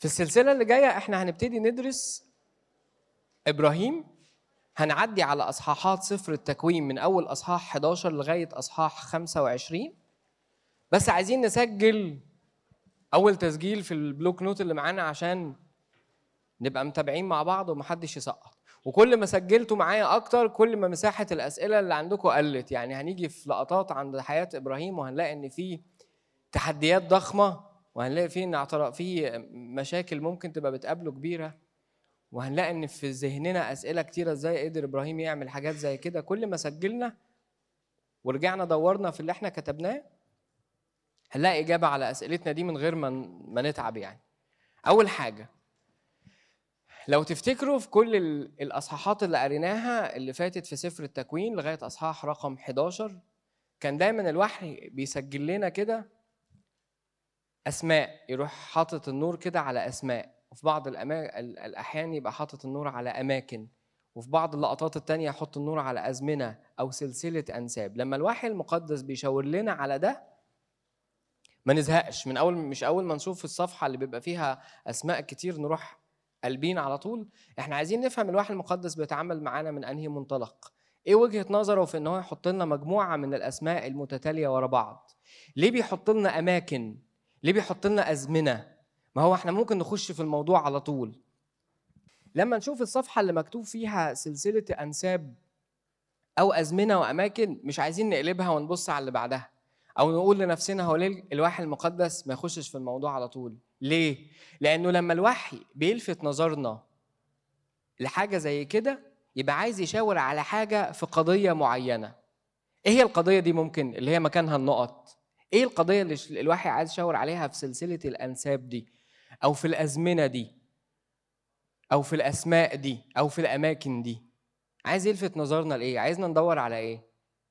في السلسلة اللي جاية احنا هنبتدي ندرس إبراهيم. هنعدي على أصحاحات سفر التكوين من أول أصحاح 11 لغاية أصحاح 25. بس عايزين نسجل أول تسجيل في البلوك نوت اللي معانا عشان نبقى متابعين مع بعض ومحدش يسقط. وكل ما سجلتوا معايا أكتر كل ما مساحة الأسئلة اللي عندكم قلت. يعني هنيجي في لقطات عند حياة إبراهيم وهنلاقي إن في تحديات ضخمة، وهنلاقي فيه إن في مشاكل ممكن تبقى بتقابله كبيرة، وهنلاقي إن في ذهننا أسئلة كتيرة إزاي قدر إبراهيم يعمل حاجات زي كده. كل ما سجلنا ورجعنا دورنا في اللي إحنا كتبناه هنلاقي إجابة على أسئلتنا دي من غير ما نتعب. يعني أول حاجة، لو تفتكروا في كل الأصحاحات اللي قريناها اللي فاتت في سفر التكوين لغاية أصحاح رقم 11 كان دايما الوحي بيسجل لنا كده أسماء، يروح حاطط النور كده على أسماء، وفي بعض الأحيان يبقى حاطط النور على أماكن، وفي بعض اللقطات التانية يحط النور على أزمنة أو سلسلة أنساب. لما الوحي المقدس بيشاور لنا على ده ما نزهقش من مش أول ما نشوف الصفحة اللي بيبقى فيها أسماء كتير نروح قلبين على طول. احنا عايزين نفهم الوحي المقدس بيتعامل معانا من أنهي منطلق، ايه وجهة نظره في ان هو يحط لنا مجموعة من الأسماء المتتالية ورا بعض. ليه بيحط لنا أماكن؟ ليه بيحط لنا أزمنة؟ ما هو احنا ممكن نخش في الموضوع على طول. لما نشوف الصفحة اللي مكتوب فيها سلسلة أنساب أو أزمنة وأماكن مش عايزين نقلبها ونبص على اللي بعدها، أو نقول لنفسنا هو ليه الوحي المقدس ما يخشش في الموضوع على طول؟ ليه؟ لأنه لما الوحي بيلفت نظرنا لحاجة زي كده يبقى عايز يشاور على حاجة في قضية معينة. إيه هي القضية دي؟ ممكن اللي هي مكانها النقط. إيه القضية اللي الوحي عايز يشاور عليها في سلسلة الأنساب دي، أو في الأزمنة دي، أو في الأسماء دي، أو في الأماكن دي؟ عايز يلفت نظرنا لإيه؟ عايزنا ندور على إيه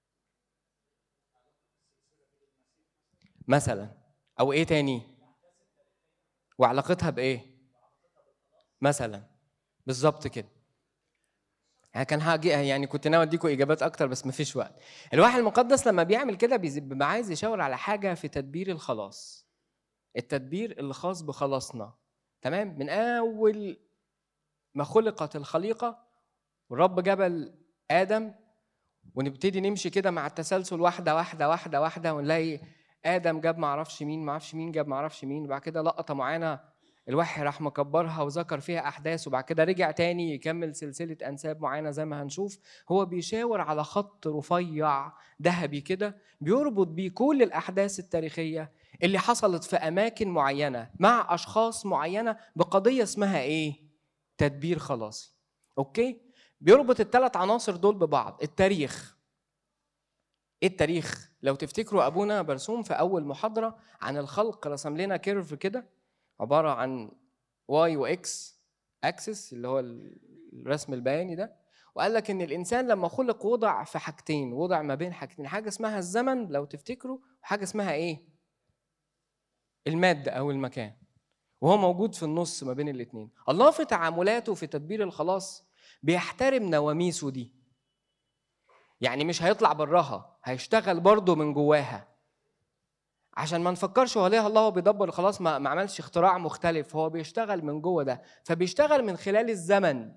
مثلا؟ أو إيه تاني؟ وعلاقتها بإيه مثلا؟ بالظبط كده. كان هاجي يعني كنت ناوي اديكم اجابات اكتر بس مفيش وقت. الوحي المقدس لما بيعمل كده بيبقى عايز يشاور على حاجه في تدبير الخلاص، التدبير اللي خاص بخلاصنا. تمام؟ من اول ما خلقت الخليقه والرب جبل ادم، ونبتدي نمشي كده مع التسلسل واحده واحده واحده واحده، ونلاقي ادم جاب معرفش مين جاب معرفش مين، وبعد كده لقطه معينه الوحي راح مكبرها وذكر فيها احداث، وبعد كده رجع تاني يكمل سلسله انساب معينه زي ما هنشوف. هو بيشاور على خط رفيع ذهبي كده بيربط بيه كل الاحداث التاريخيه اللي حصلت في اماكن معينه مع اشخاص معينه بقضيه اسمها ايه؟ تدبير خلاصي. اوكي؟ بيربط الثلاث عناصر دول ببعض. التاريخ. ايه التاريخ؟ لو تفتكروا ابونا برسوم في اول محاضره عن الخلق رسم لنا كيرف كده عباره عن واي واكس اكسس اللي هو الرسم البياني ده، وقال لك ان الانسان لما خلق وضع في حاجتين، وضع ما بين حاجتين، حاجه اسمها الزمن لو تفتكروا، وحاجه اسمها ايه؟ الماده او المكان، وهو موجود في النص ما بين الاثنين. الله في تعاملاته في تدبير الخلاص بيحترم نواميسه دي، يعني مش هيطلع براها، هيشتغل برضه من جواها، عشان ما نفكرش هو ليه الله بيدبر خلاص ما عملش اختراع مختلف. هو بيشتغل من جوه ده، فبيشتغل من خلال الزمن،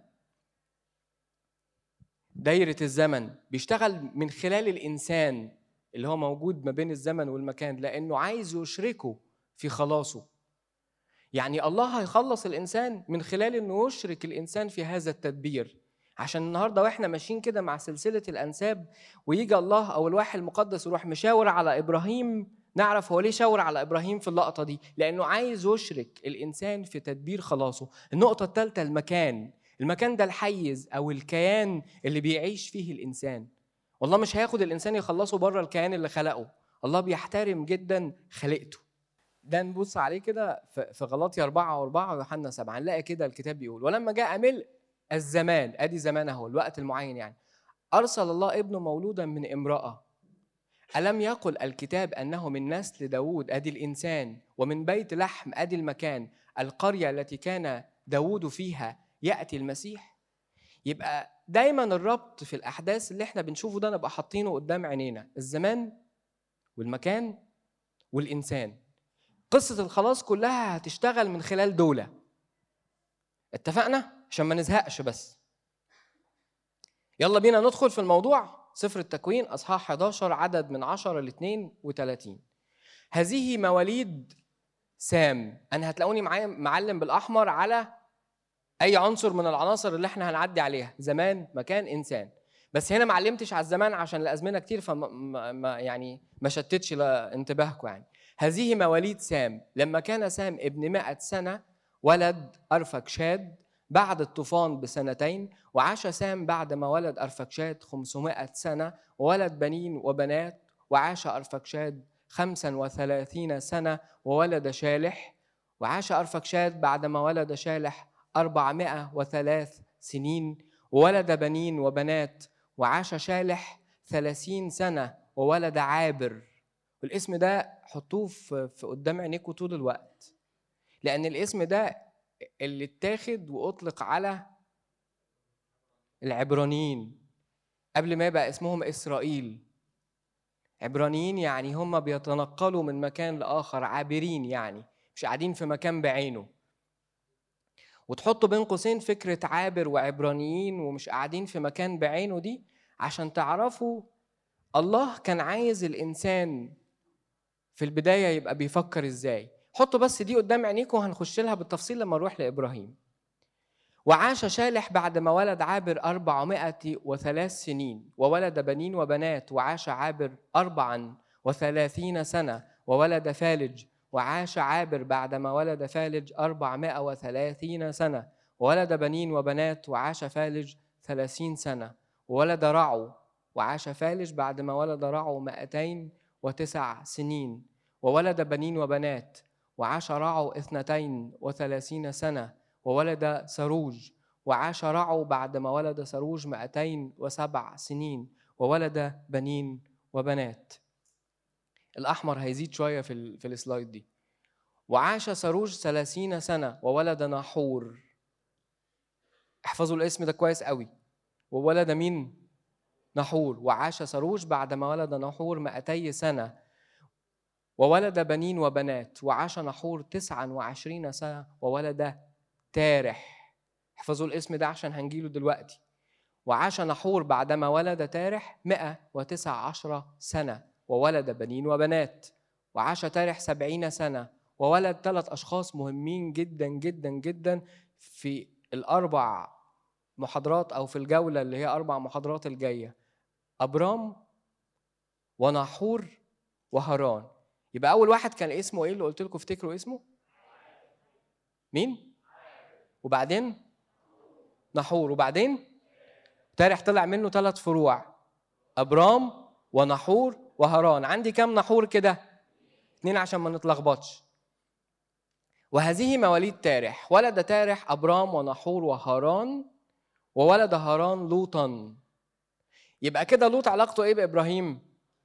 دايرة الزمن، بيشتغل من خلال الإنسان اللي هو موجود ما بين الزمن والمكان، لأنه عايز يشركه في خلاصه. يعني الله هيخلص الإنسان من خلال أنه يشرك الإنسان في هذا التدبير. عشان النهاردة وإحنا ماشيين كده مع سلسلة الأنساب ويجي الله أو الوحي المقدس يروح مشاور على إبراهيم، نعرف هو ليه شاور على إبراهيم في اللقطة دي، لأنه عايز يشرك الإنسان في تدبير خلاصه. النقطة الثالثة المكان. المكان ده الحيز أو الكيان اللي بيعيش فيه الإنسان. والله مش هياخد الإنسان يخلصه بره الكيان اللي خلقه. الله بيحترم جدا خلقته. ده نبص عليه كده في غلاطيا 4:4 ويوحنا 7، نلاقي كده الكتاب بيقول ولما جاء ملء الزمان، ادي زمان اهو الوقت المعين، يعني ارسل الله ابنه مولودا من امراه. الم يقل الكتاب انه من نسل داود، ادي الانسان، ومن بيت لحم، ادي المكان، القريه التي كان داود فيها ياتي المسيح. يبقى دايما الربط في الاحداث اللي احنا بنشوفه ده نبقى حاطينه قدام عينينا، الزمان والمكان والانسان. قصة الخلاص كلها هتشتغل من خلال دولة. اتفقنا؟ عشان ما نزهقش بس. يلا بينا ندخل في الموضوع. سفر التكوين أصحاح 11 عدد من 10 ل 32. هذه مواليد سام. أنا هتلاقوني معايا معلم بالأحمر على أي عنصر من العناصر اللي احنا هنعدي عليها، زمان، مكان، إنسان. بس هنا معلمتش على الزمان عشان الأزمنة كتير، يعني ما شتتش انتباهكم. يعني هذه مواليد سام. لما كان سام ابن 100 سنة ولد أرفكشاد بعد الطوفان بسنتين، وعاش سام بعد ما ولد أرفكشاد 500 سنة وولد بنين وبنات. وعاش أرفكشاد 35 سنة وولد شالح. وعاش أرفكشاد بعد ما ولد شالح 403 سنين وولد بنين وبنات. وعاش شالح 30 سنة وولد عابر. والاسم ده حطوه في قدام عينيكم طول الوقت، لأن الاسم ده اللي اتاخد وأطلق على العبرانيين قبل ما يبقى اسمهم إسرائيل. عبرانيين يعني هم بيتنقلوا من مكان لآخر، عابرين يعني مش قاعدين في مكان بعينه. وتحطوا بين قوسين فكرة عابر وعبرانيين ومش قاعدين في مكان بعينه دي، عشان تعرفوا الله كان عايز الإنسان في البداية يبقى بيفكر إزاي. حطوا بس دي قدام عينيكم وهنخش لها بالتفصيل لما نروح لإبراهيم. وعاش شالح بعد ما ولد عابر 403 سنين وولد بنين وبنات. وعاش عابر 34 سنة وولد فالج. وعاش عابر بعد ما ولد فالج 430 سنة وولد بنين وبنات. وعاش فالج 30 سنة وولد رعو. وعاش فالج بعد ما ولد رعو 209 سنين وولد بنين وبنات. وعاش رعو 32 سنة وولد سروج. وعاش رعو بعد ما ولد سروج 207 سنين وولد بنين وبنات. الأحمر هيزيد شوية في السلايد دي. وعاش سروج 30 سنة وولد ناحور. احفظوا الاسم ده كويس قوي. وولد مين؟ ناحور. وعاش سروج بعد ما ولد ناحور 200 سنة وولد بنين وبنات. وعاش ناحور 29 سنة وولد تارح. احفظوا الاسم ده عشان هنجيله دلوقتي. وعاش ناحور بعدما ولد تارح 119 سنة وولد بنين وبنات. وعاش تارح 70 سنة وولد 3 أشخاص مهمين جدا جدا جدا في الأربع محاضرات أو في الجولة اللي هي 4 محاضرات الجاية: أبرام وناحور وهران. يبقى أول واحد كان اسمه إيه اللي قلت لكم افتكروا اسمه؟ مين؟ وبعدين ناحور. وبعدين تارح طلع منه 3 فروع: أبرام وناحور وهران. عندي كام ناحور كده؟ 2 عشان ما نتلخبطش. وهذه مواليد تارح. ولد تارح أبرام وناحور وهران وولد هران لوطا. يبقى كده لوط علاقته إيه بإبراهيم؟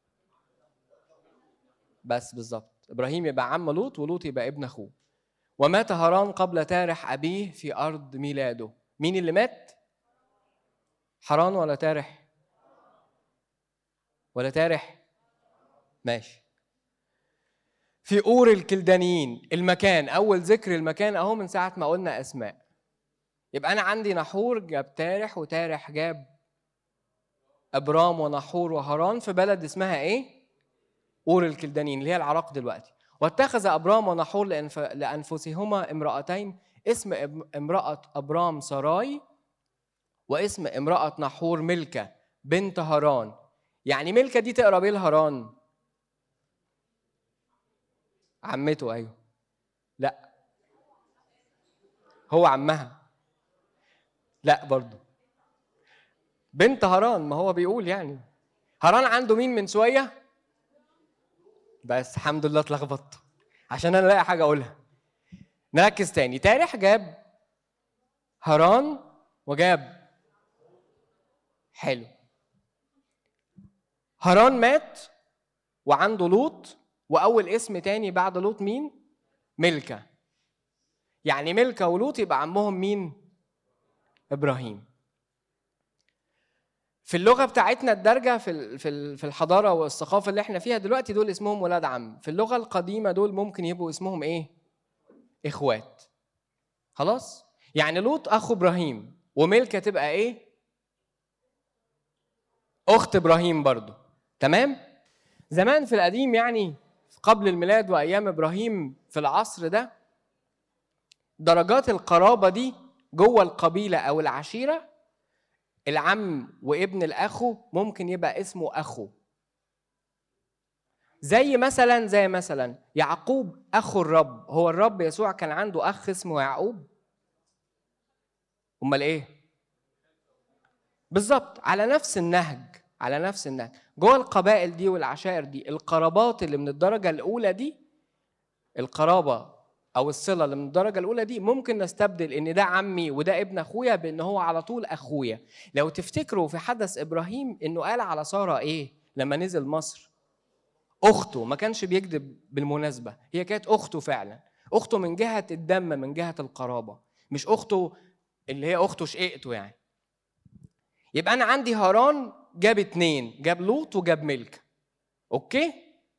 بس بالظبط، إبراهيم يبقى عم لوط ولوط يبقى ابن أخوه. ومات هران قبل تارح أبيه في أرض ميلاده. مين اللي مات؟ حران ولا تارح؟ ولا تارح؟ ماشي. في أور الكلدانيين. المكان، أول ذكر المكان أهو من ساعة ما قلنا أسماء. يبقى أنا عندي ناحور جاب تارح وتارح جاب أبرام وناحور وهران في بلد اسمها إيه؟ أور الكلدانيين اللي هي العراق دلوقتي. واتخذ أبرام وناحور لأنفسهما امرأتين، اسم امرأة أبرام سراي واسم امرأة ناحور ملكة بنت هران. يعني ملكة دي تقرب ايه لهران؟ عمته. ايوه. لا، هو عمها. لا برضو بنت هران. ما هو بيقول يعني هران عنده مين من شوية؟ بس الحمد لله اتلخبطت عشان انا لاقي حاجة اقولها. نركز تاني. تارح جاب هران وجاب حلو. هران مات وعنده لوط، وأول اسم تاني بعد لوط مين؟ ملكة. يعني ملكة ولوط يبقى عمهم مين؟ إبراهيم. في اللغة بتاعتنا الدارجة في الحضارة والثقافة اللي احنا فيها دلوقتي دول اسمهم ولاد عم. في اللغة القديمة دول ممكن يبقوا اسمهم ايه؟ إخوات. خلاص؟ يعني لوط اخو ابراهيم، وملكة تبقى ايه؟ اخت ابراهيم برضو. تمام. زمان في القديم يعني قبل الميلاد وايام ابراهيم في العصر ده، درجات القرابة دي جوه القبيلة او العشيرة، العم وابن الاخو ممكن يبقى اسمه اخو. زي مثلا يعقوب اخو الرب. هو الرب يسوع كان عنده اخ اسمه يعقوب؟ امال ايه؟ بالظبط، على نفس النهج جوه القبائل دي والعشائر دي. القرابات اللي من الدرجه الاولى دي، القرابه او الصله اللي من الدرجه الاولى دي، ممكن نستبدل ان ده عمي وده ابن اخويا بان هو على طول اخويا. لو تفتكروا في حدث ابراهيم انه قال على ساره ايه لما نزل مصر؟ اخته. ما كانش بيكذب بالمناسبه، هي كانت اخته فعلا، اخته من جهه الدم، من جهه القرابه، مش اخته اللي هي اخته شقيقته يعني. يبقى انا عندي هاران جاب 2، جاب لوط وجاب ملكة. اوكي.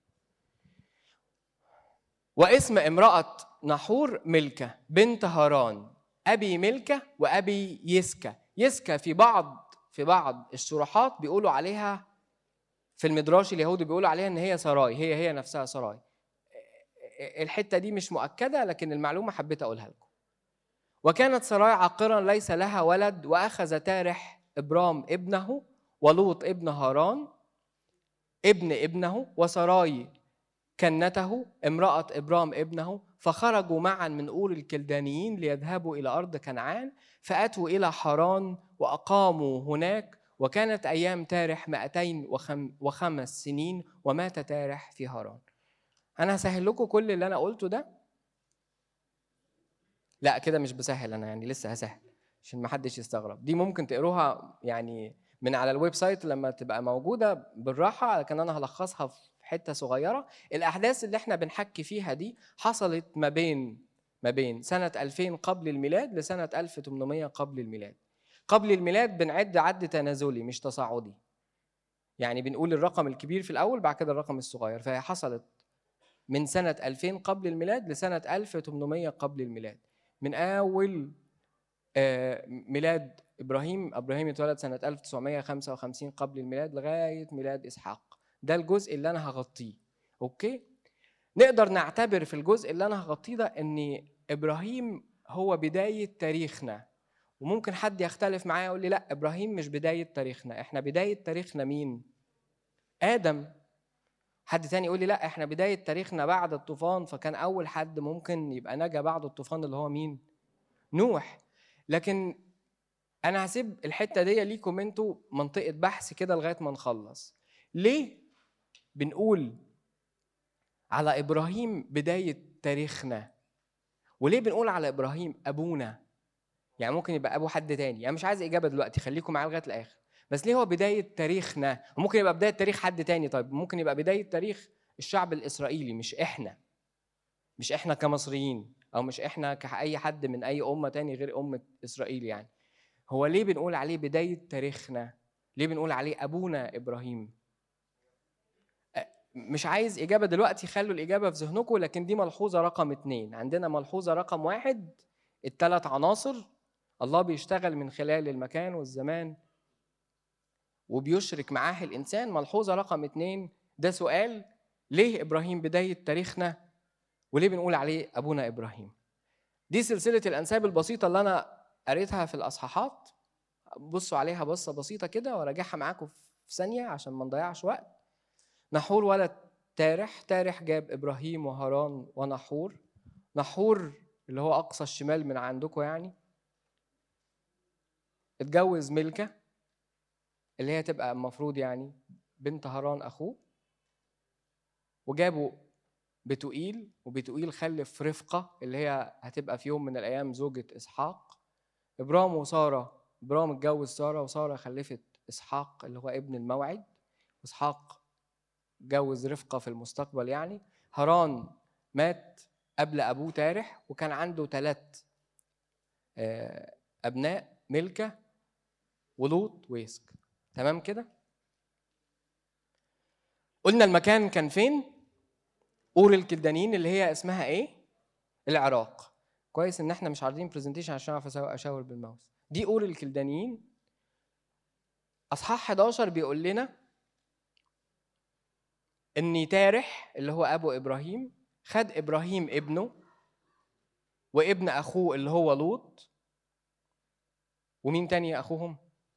واسم امرأة نحور ملكة بنت هاران، ابي ملكة وابي يسكا. يسكا في بعض الشروحات بيقولوا عليها، في المدراش اليهودي بيقولوا عليها ان هي سراي، هي نفسها سراي. الحتة دي مش مؤكدة، لكن المعلومة حبيت اقولها لكم. وكانت سراي عاقرا ليس لها ولد، واخذ تارح ابرام ابنه ولوط ابن هاران ابن ابنه وسراي كنته امرأة إبرام ابنه، فخرجوا معا من أور الكلدانيين ليذهبوا إلى أرض كنعان، فأتوا إلى حران وأقاموا هناك. وكانت أيام تارح 205 سنين، ومات تارح في هاران. أنا هسهل لكم كل اللي أنا قلته ده. لا كده مش بسهل أنا، يعني لسه هسهل عشان ما حدش يستغرب. دي ممكن تقروها يعني من على الويب سايت لما تبقى موجودة بالراحة، لكن أنا هلخصها في حتة صغيرة. الأحداث اللي احنا بنحكي فيها دي حصلت ما بين سنة 2000 قبل الميلاد لسنة 1800 قبل الميلاد. قبل الميلاد بنعد عد تنازلي مش تصاعدي، يعني بنقول الرقم الكبير في الأول بعد كده الرقم الصغير. فهي حصلت من سنة 2000 قبل الميلاد لسنة 1800 قبل الميلاد. من أول ميلاد إبراهيم اتولد سنة 1955 قبل الميلاد لغاية ميلاد إسحاق. ده الجزء اللي أنا هغطيه. أوكي؟ نقدر نعتبر في الجزء اللي أنا هغطيه ده أن إبراهيم هو بداية تاريخنا. وممكن حد يختلف معايا يقول لي لا، إبراهيم مش بداية تاريخنا، إحنا بداية تاريخنا مين؟ آدم. حد تاني يقول لي لا، إحنا بداية تاريخنا بعد الطوفان، فكان أول حد ممكن يبقى نجا بعد الطوفان اللي هو مين؟ نوح. لكن أنا هسيب الحتة دي ليكم انتوا منطقة بحث كده لغاية ما نخلص. ليه بنقول على إبراهيم بداية تاريخنا؟ وليه بنقول على إبراهيم أبونا؟ يعني ممكن يبقى أبو حد تاني، أنا يعني مش عايز إجابة دلوقتي، خليكم معايا لغاية الآخر. بس ليه هو بداية تاريخنا؟ وممكن يبقى بداية تاريخ حد تاني. طيب ممكن يبقى بداية تاريخ الشعب الإسرائيلي، مش إحنا كمصريين، أو مش إحنا كأي حد من أي أمة تاني غير أمة إسرائيل يعني. هو ليه بنقول عليه بداية تاريخنا؟ ليه بنقول عليه أبونا إبراهيم؟ مش عايز إجابة دلوقتي، خلوا الإجابة في ذهنكم. لكن دي ملحوظة رقم 2. عندنا ملحوظة رقم 1، الثلاث عناصر الله بيشتغل من خلال المكان والزمان وبيشرك معاه الإنسان. ملحوظة رقم 2 ده سؤال: ليه إبراهيم بداية تاريخنا؟ وليه بنقول عليه أبونا إبراهيم؟ دي سلسلة الأنساب البسيطة اللي أنا قريتها في الأصحاحات. بصوا عليها بصة بسيطة كده وراجعها معاكم في ثانية عشان ما نضيعش وقت. نحور ولد تارح جاب إبراهيم وهاران ونحور. نحور اللي هو أقصى الشمال من عندكم يعني، اتجوز ملكة اللي هي تبقى المفروض يعني بنت هاران أخوه، وجابوا بتوئيل، وبتوئيل خلف رفقة اللي هي هتبقى في يوم من الأيام زوجة إسحاق. إبرام وسارة، إبرام اتجوز سارة، وسارة خلفت إسحاق اللي هو ابن الموعد، وإسحاق اتجوز رفقة في المستقبل يعني. هاران مات قبل أبوه تارح، وكان عنده 3 أبناء، ملكة ولوط ويسك. تمام كده؟ قلنا المكان كان فين؟ أور الكلدانيين اللي هي اسمها إيه؟ العراق. كويس ان احنا مش عارضين برزنتيشن عشان اعرف اشاور بالماوس. دي أور الكلدانيين. اصحاح 11 بيقول لنا ان تارح اللي هو ابو ابراهيم خد ابراهيم ابنه وابن اخوه اللي هو لوط، ومين تاني اخوهم؟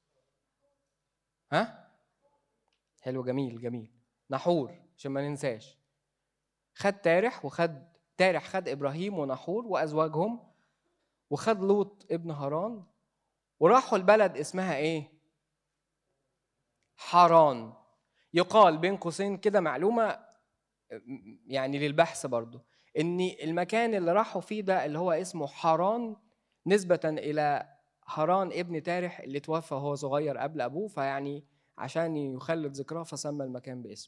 ها؟ حلو، جميل جميل، نحور عشان ما ننساش. خد تارح خد ابراهيم ونحور وازواجهم، وخد لوط ابن هاران، وراحوا البلد اسمها ايه؟ حران. يقال بين قوسين كده معلومه يعني للبحث برضو، ان المكان اللي راحوا فيه ده اللي هو اسمه حران نسبه الى هاران ابن تارح اللي توفى وهو صغير قبل ابوه، فيعني عشان يخلد ذكراه فسمى المكان باسمه.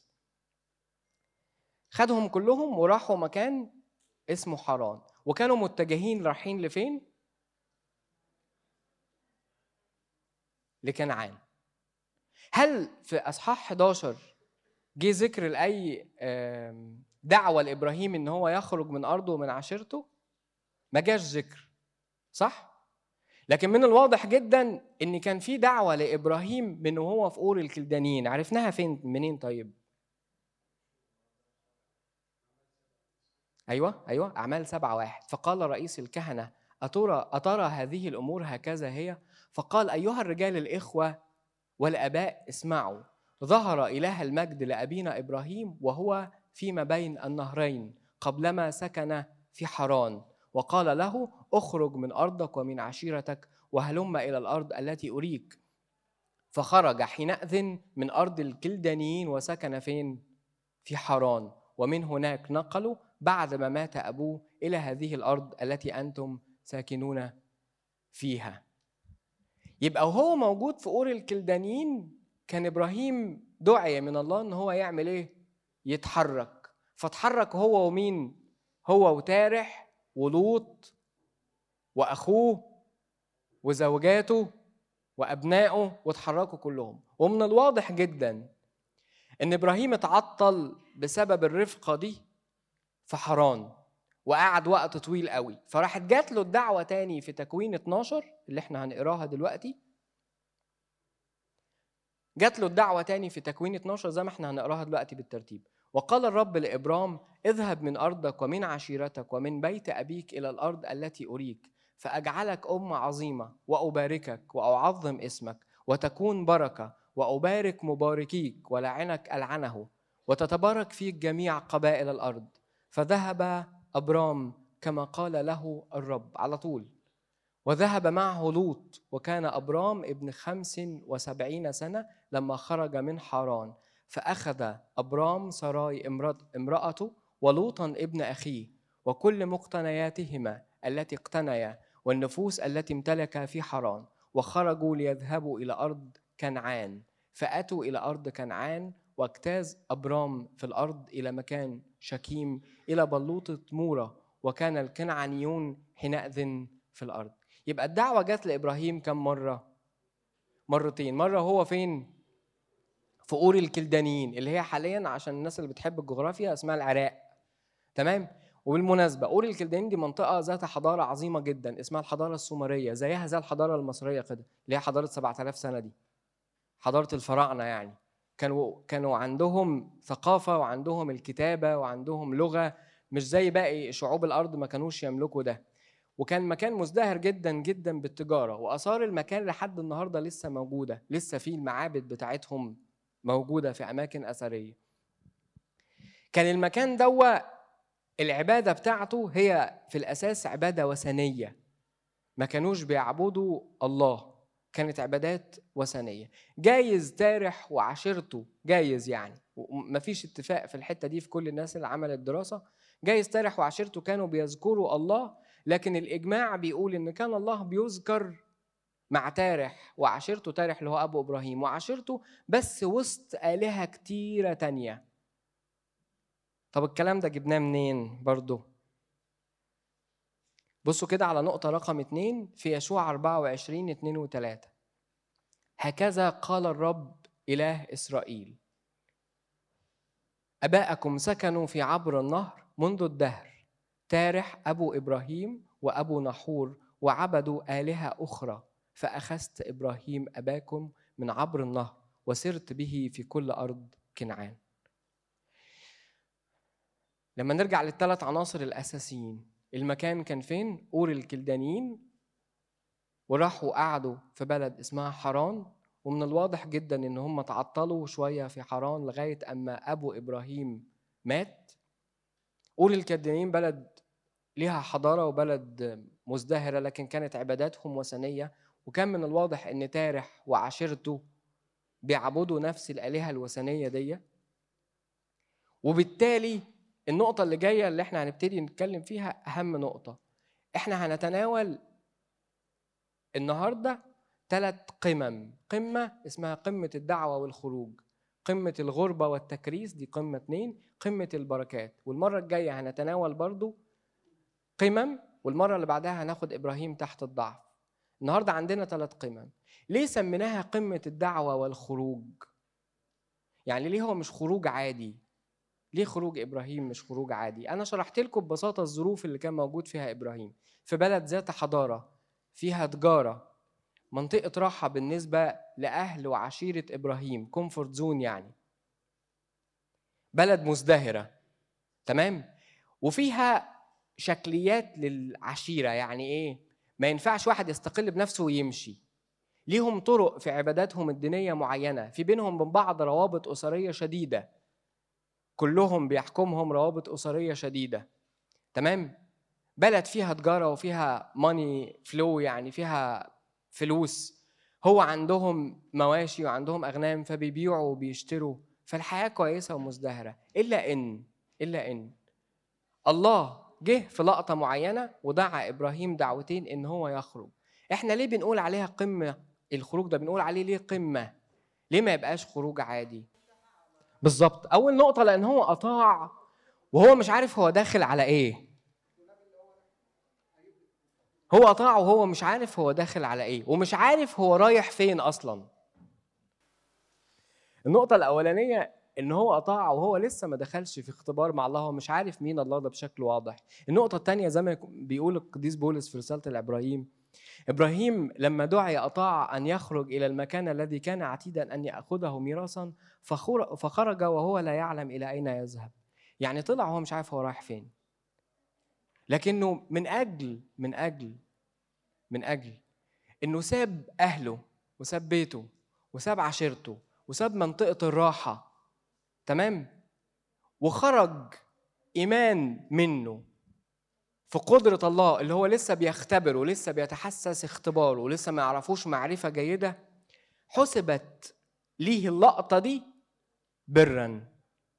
خدهم كلهم وراحوا مكان اسمه حران، وكانوا متجهين رايحين لفين؟ لكنعان. هل في اصحاح 11 جه ذكر لاي دعوه لابراهيم ان هو يخرج من ارضه ومن عشيرته؟ ما جاش ذكر، صح؟ لكن من الواضح جدا ان كان في دعوه لابراهيم من وهو في اور الكلدانيين. عرفناها فين منين طيب؟ ايوه اعمال 7:1. فقال رئيس الكهنه أترى هذه الامور هكذا هي؟ فقال ايها الرجال الاخوه والاباء اسمعوا، ظهر اله المجد لابينا ابراهيم وهو فيما بين النهرين قبلما سكن في حران، وقال له اخرج من ارضك ومن عشيرتك وهلم الى الارض التي اريك. فخرج حينئذ من ارض الكلدانيين وسكن فين؟ في حران، ومن هناك نقلوا بعد ما مات ابوه الى هذه الارض التي انتم ساكنون فيها. يبقى وهو موجود في اور الكلدانيين كان ابراهيم دعي من الله ان هو يعمل ايه؟ يتحرك. فاتحرك هو ومين؟ هو وتارح ولوط واخوه وزوجاته وابنائه، واتحركوا كلهم. ومن الواضح جدا ان ابراهيم اتعطل بسبب الرفقه دي في حران وقعد وقت طويل قوي، فراحت جات له الدعوه تاني في تكوين 12 اللي احنا هنقراها دلوقتي. جات له الدعوة تاني في تكوين 12 زي ما احنا هنقراها دلوقتي بالترتيب. وقال الرب لإبرام اذهب من أرضك ومن عشيرتك ومن بيت أبيك إلى الأرض التي أريك، فأجعلك أمة عظيمة وأباركك وأعظم اسمك وتكون بركة، وأبارك مباركيك ولعنك ألعنه، وتتبارك فيك جميع قبائل الأرض. فذهب أبرام كما قال له الرب على طول، وذهب معه لوط، وكان أبرام ابن 75 سنة لما خرج من حران. فأخذ أبرام سراي امرأته ولوطا ابن أخيه وكل مقتنياتهما التي اقتنيا والنفوس التي امتلك في حران، وخرجوا ليذهبوا إلى أرض كنعان. فأتوا إلى أرض كنعان، واجتاز أبرام في الأرض إلى مكان شكيم إلى بلوطة مورة، وكان الكنعانيون حينئذ في الأرض. يبقى الدعوة جات لإبراهيم كم مرة؟ مرتين. مرة هو فين؟ في اور الكلدانيين اللي هي حاليا عشان الناس اللي بتحب الجغرافيا اسمها العراق، تمام؟ وبالمناسبة اور الكلدانيين دي منطقة ذات حضارة عظيمة جدا اسمها الحضارة السومرية، زيها زي الحضارة المصرية كده اللي هي حضارة 7000 سنة دي، حضارة الفراعنة يعني. كانوا عندهم ثقافة وعندهم الكتابة وعندهم لغة مش زي باقي شعوب الأرض، ما كانوش يملكوا ده. وكان مكان مزدهر جدا جدا بالتجارة، وآثار المكان لحد النهاردة لسه موجودة، لسه في المعابد بتاعتهم موجودة في أماكن أثرية. كان المكان دوا العبادة بتاعته هي في الأساس عبادة وثنية، ما كانوش بيعبدوا الله، كانت عبادات وثنية. جايز تارح وعشيرته، جايز يعني مفيش اتفاق في الحتة دي في كل الناس اللي عملت دراسة، جايز تارح وعشيرته كانوا بيذكروا الله، لكن الإجماع بيقول إن كان الله بيذكر مع تارح وعشيرته، تارح اللي هو أبو إبراهيم وعشيرته، بس وسط آلهة كتيرة تانية. طب الكلام ده جبناه منين برضو؟ بصوا كده على نقطة رقم 2 في يشوع 24:2-3. هكذا قال الرب إله إسرائيل: أباءكم سكنوا في عبر النهر منذ الدهر، تارح أبو إبراهيم وأبو نحور وعبدوا آلهة أخرى، فأخذت إبراهيم أباكم من عبر النهر وسرت به في كل أرض كنعان. لما نرجع للثلاث عناصر الأساسيين، المكان كان فين؟ أور الكلدانيين، وراحوا قعدوا في بلد اسمها حران، ومن الواضح جدا إن هم تعطلوا شوية في حران لغاية أما أبو إبراهيم مات. أور الكلدانيين بلد ليها حضارة وبلد مزدهرة، لكن كانت عباداتهم وثنية، وكان من الواضح إن تارح وعشيرته بيعبدوا نفس الآلهة الوثنية دي. وبالتالي النقطة اللي جاية اللي احنا هنبتدي نتكلم فيها أهم نقطة. احنا هنتناول النهاردة 3 قمم. قمة اسمها قمة الدعوة والخروج، قمة الغربة والتكريس دي قمة 2، قمة البركات. والمرة الجاية هنتناول برضو قمم، والمرة اللي بعدها هناخد إبراهيم تحت الضعف. النهاردة عندنا 3 قمم. ليه سميناها قمة الدعوة والخروج؟ يعني ليه هو مش خروج عادي؟ ليه خروج إبراهيم مش خروج عادي؟ أنا شرحت لكم ببساطة الظروف اللي كان موجود فيها إبراهيم، في بلد ذات حضارة، فيها تجارة، منطقة راحة بالنسبة لأهل وعشيرة إبراهيم، كومفورت زون، يعني بلد مزدهرة، تمام؟ وفيها شكليات للعشيرة. يعني إيه؟ ما ينفعش واحد يستقل بنفسه ويمشي. ليهم طرق في عباداتهم الدينية معينة، في بينهم من بعض روابط أسرية شديدة، كلهم بيحكمهم روابط أسرية شديدة، تمام؟ بلد فيها تجارة وفيها ماني فلو، يعني فيها فلوس. هو عندهم مواشي وعندهم أغنام، فبيبيعوا وبيشتروا، فالحياة كويسة ومزدهرة. إلا إن الله جه في لقطة معينة ودعا إبراهيم دعوتين إن هو يخرج. إحنا ليه بنقول عليها قمة؟ الخروج ده بنقول عليه ليه قمة؟ ليه ما يبقاش خروج عادي؟ بالظبط. أول نقطة لأن هو أطاع وهو مش عارف هو داخل على إيه. هو أطاع وهو مش عارف هو داخل على إيه، ومش عارف هو رايح فين أصلاً. النقطة الأولانية إن هو أطاع وهو لسه ما دخلش في اختبار مع الله، هو مش عارف مين الله ده بشكل واضح. النقطة الثانية زي ما بيقول القديس بولس في رسالة العبرانيين، إبراهيم لما دعي أطاع أن يخرج إلى المكان الذي كان عتيدا أن يأخذه ميراثا، فخرج وهو لا يعلم إلى أين يذهب. يعني طلع وهو مش عارف هو رايح فين، لكنه من أجل إنه ساب أهله وساب بيته وساب عشيرته وساب منطقة الراحة، تمام، وخرج إيمان منه في قدرة الله اللي هو لسه بيختبر ولسه بيتحسس اختباره ولسه ما يعرفوش معرفة جيدة، حسبت ليه اللقطة دي برا.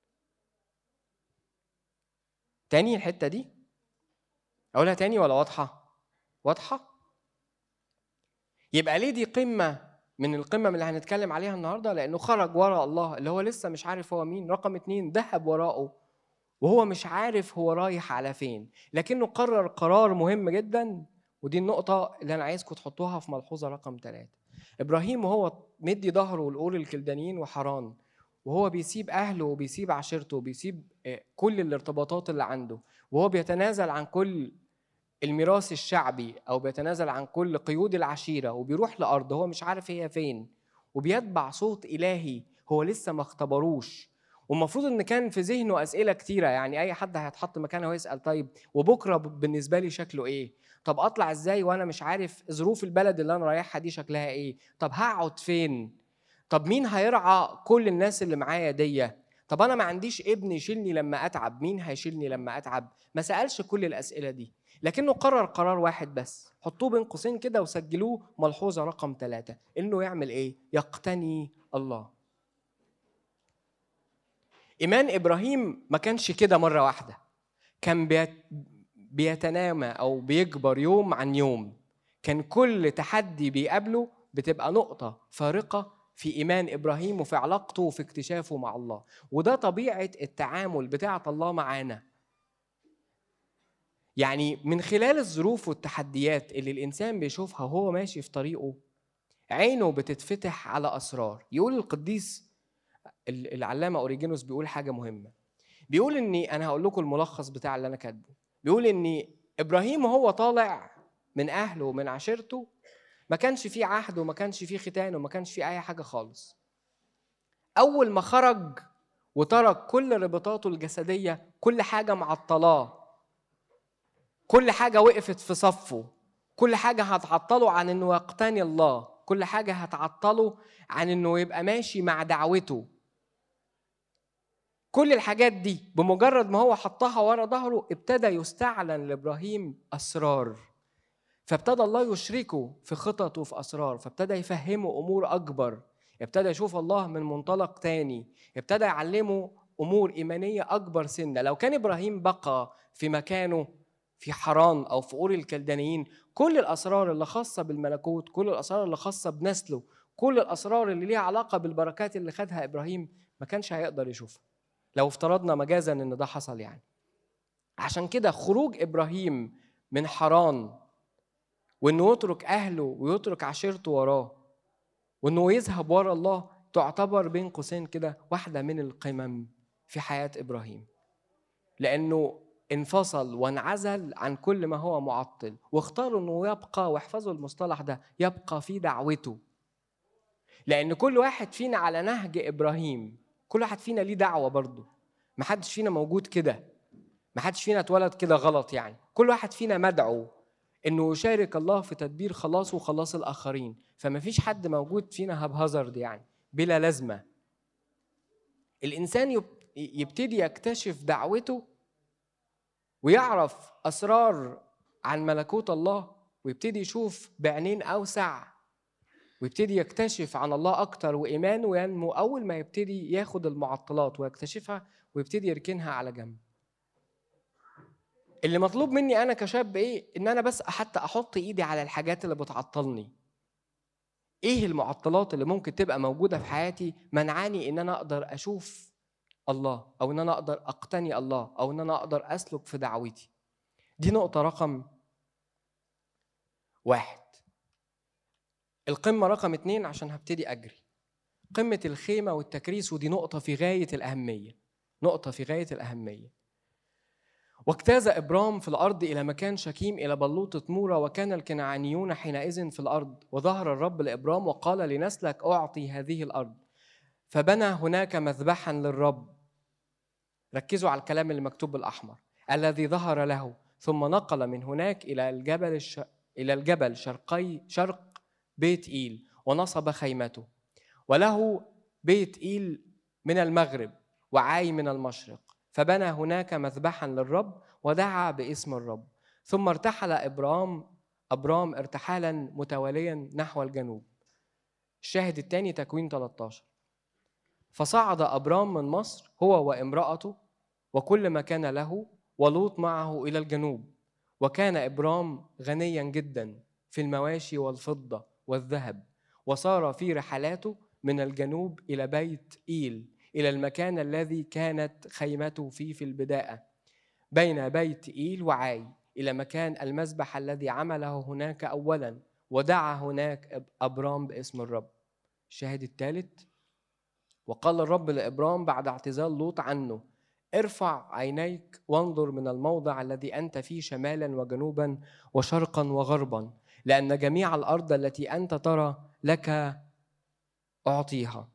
تاني الحتة دي أقولها تاني ولا واضحة؟ واضحة؟ يبقى ليه دي قمة من القمم اللي هنتكلم عليها النهاردة؟ لأنه خرج وراء الله اللي هو لسه مش عارف هو مين. رقم 2، ذهب وراءه وهو مش عارف هو رايح على فين، لكنه قرر قرار مهم جدا، ودي النقطة اللي أنا عايزكم تحطوها في ملحوظة رقم 3. إبراهيم وهو مدي ظهره لأور الكلدانيين وحران، وهو بيسيب أهله وبيسيب عشيرته وبيسيب كل الارتباطات اللي عنده، وهو بيتنازل عن كل الميراث الشعبي أو بيتنازل عن كل قيود العشيرة وبيروح لأرض هو مش عارف هي فين، وبيتبع صوت إلهي هو لسه ما اختبروش. والمفروض ان كان في ذهنه اسئله كتيره. يعني اي حد هيتحط مكانه ويسال طيب وبكره بالنسبه لي شكله ايه؟ طب اطلع ازاي وانا مش عارف ظروف البلد اللي انا رايحها دي شكلها ايه؟ طب هقعد فين؟ طب مين هيرعى كل الناس اللي معايا دي؟ طب انا ما عنديش ابن يشيلني لما اتعب، مين هيشيلني لما اتعب؟ ما سالش كل الاسئله دي، لكنه قرر قرار واحد بس، حطوه بين قوسين كده وسجلوه ملحوظه رقم 3، انه يعمل ايه؟ يقتني الله. إيمان إبراهيم ما كانش كده مرة واحدة، كان بيتنامى أو بيكبر يوم عن يوم. كان كل تحدي بيقابله بتبقى نقطة فارقة في إيمان إبراهيم وفي علاقته وفي اكتشافه مع الله. وده طبيعة التعامل بتاعة الله معانا. يعني من خلال الظروف والتحديات اللي الإنسان بيشوفها وهو ماشي في طريقه، عينه بتتفتح على أسرار. يقول القديس العلامة أوريجينوس بيقول حاجة مهمة، بيقول اني انا هقول لكم الملخص بتاع اللي انا كاتبه. بيقول اني إبراهيم وهو طالع من أهله ومن عشيرته ما كانش فيه عهد وما كانش فيه ختان وما كانش فيه أي حاجة خالص. أول ما خرج وترك كل رباطاته الجسدية، كل حاجة معطلاه، كل حاجة وقفت في صفه، كل حاجة هتعطله عن إنه يقتني الله، كل حاجة هتعطله عن إنه يبقى ماشي مع دعوته. كل الحاجات دي بمجرد ما هو حطها ورا ظهره ابتدى يستعلن لإبراهيم أسرار، فابتدى الله يشركه في خطط وفي أسرار، فابتدى يفهمه أمور أكبر، ابتدى يشوف الله من منطلق تاني، ابتدى يعلمه أمور إيمانية أكبر سنة. لو كان إبراهيم بقى في مكانه في حران أو في أور الكلدانيين، كل الأسرار اللي خاصة بالملكوت، كل الأسرار اللي خاصة بنسله، كل الأسرار اللي ليها علاقة بالبركات اللي خدها إبراهيم ما كانش هيقدر يشوفها، لو افترضنا مجازا إن ده حصل يعني. عشان كده خروج إبراهيم من حران وإنه يترك أهله ويترك عشيرته وراه وإنه يذهب ورا الله تعتبر بين قوسين كده واحدة من القمم في حياة إبراهيم، لأنه انفصل وانعزل عن كل ما هو معطل، واختار إنه يبقى، واحفظوا المصطلح ده، يبقى في دعوته. لأن كل واحد فينا على نهج إبراهيم، كل واحد فينا ليه دعوة برضه، محدش فينا موجود كده، محدش فينا اتولد كده غلط يعني. كل واحد فينا مدعو إنه يشارك الله في تدبير خلاصه وخلاص الآخرين، فما فيش حد موجود فينا هبهزرد يعني بلا لازمة. الإنسان يبتدي يكتشف دعوته ويعرف أسرار عن ملكوت الله، ويبتدي يشوف بعينين أوسع، ويبتدي يكتشف عن الله أكتر، وإيمانه ينمو أول ما يبتدي ياخد المعطلات ويكتشفها ويبتدي يركنها على جنب. اللي مطلوب مني أنا كشاب إيه؟ إن أنا بس حتى أحط إيدي على الحاجات اللي بتعطلني. إيه المعطلات اللي ممكن تبقى موجودة في حياتي منعاني إن أنا أقدر أشوف الله، أو إن أنا أقدر أقتني الله، أو إن أنا أقدر أسلك في دعوتي. دي نقطة رقم 1. القمة رقم 2 عشان هبتدي أجري، قمة الخيمة والتكريس، ودي نقطة في غاية الأهمية، نقطة في غاية الأهمية. واجتاز إبرام في الأرض إلى مكان شكيم إلى بلوطة مورة، وكان الكنعانيون حينئذ في الأرض. وظهر الرب لإبرام وقال لنسلك أعطي هذه الأرض، فبنى هناك مذبحا للرب. ركزوا على الكلام اللي مكتوب بالأحمر، الذي ظهر له. ثم نقل من هناك إلى الجبل شرق بيت إيل، ونصب خيمته، وله بيت إيل من المغرب وعاي من المشرق، فبنى هناك مذبحا للرب ودعا باسم الرب. ثم ارتحل أبرام ارتحالا متواليا نحو الجنوب. الشاهد الثاني تكوين 13. فصعد أبرام من مصر هو وامرأته وكل ما كان له، ولوط معه إلى الجنوب. وكان إبرام غنيا جدا في المواشي والفضة والذهب، وصار في رحلاته من الجنوب إلى بيت إيل، إلى المكان الذي كانت خيمته فيه في البداية بين بيت إيل وعاي، إلى مكان المذبح الذي عمله هناك أولا، ودعا هناك أبرام باسم الرب. الشاهد الثالث، وقال الرب لإبرام بعد اعتزال لوط عنه: ارفع عينيك وانظر من الموضع الذي أنت فيه شمالا وجنوبا وشرقا وغربا، لأن جميع الأرض التي أنت ترى لك أعطيها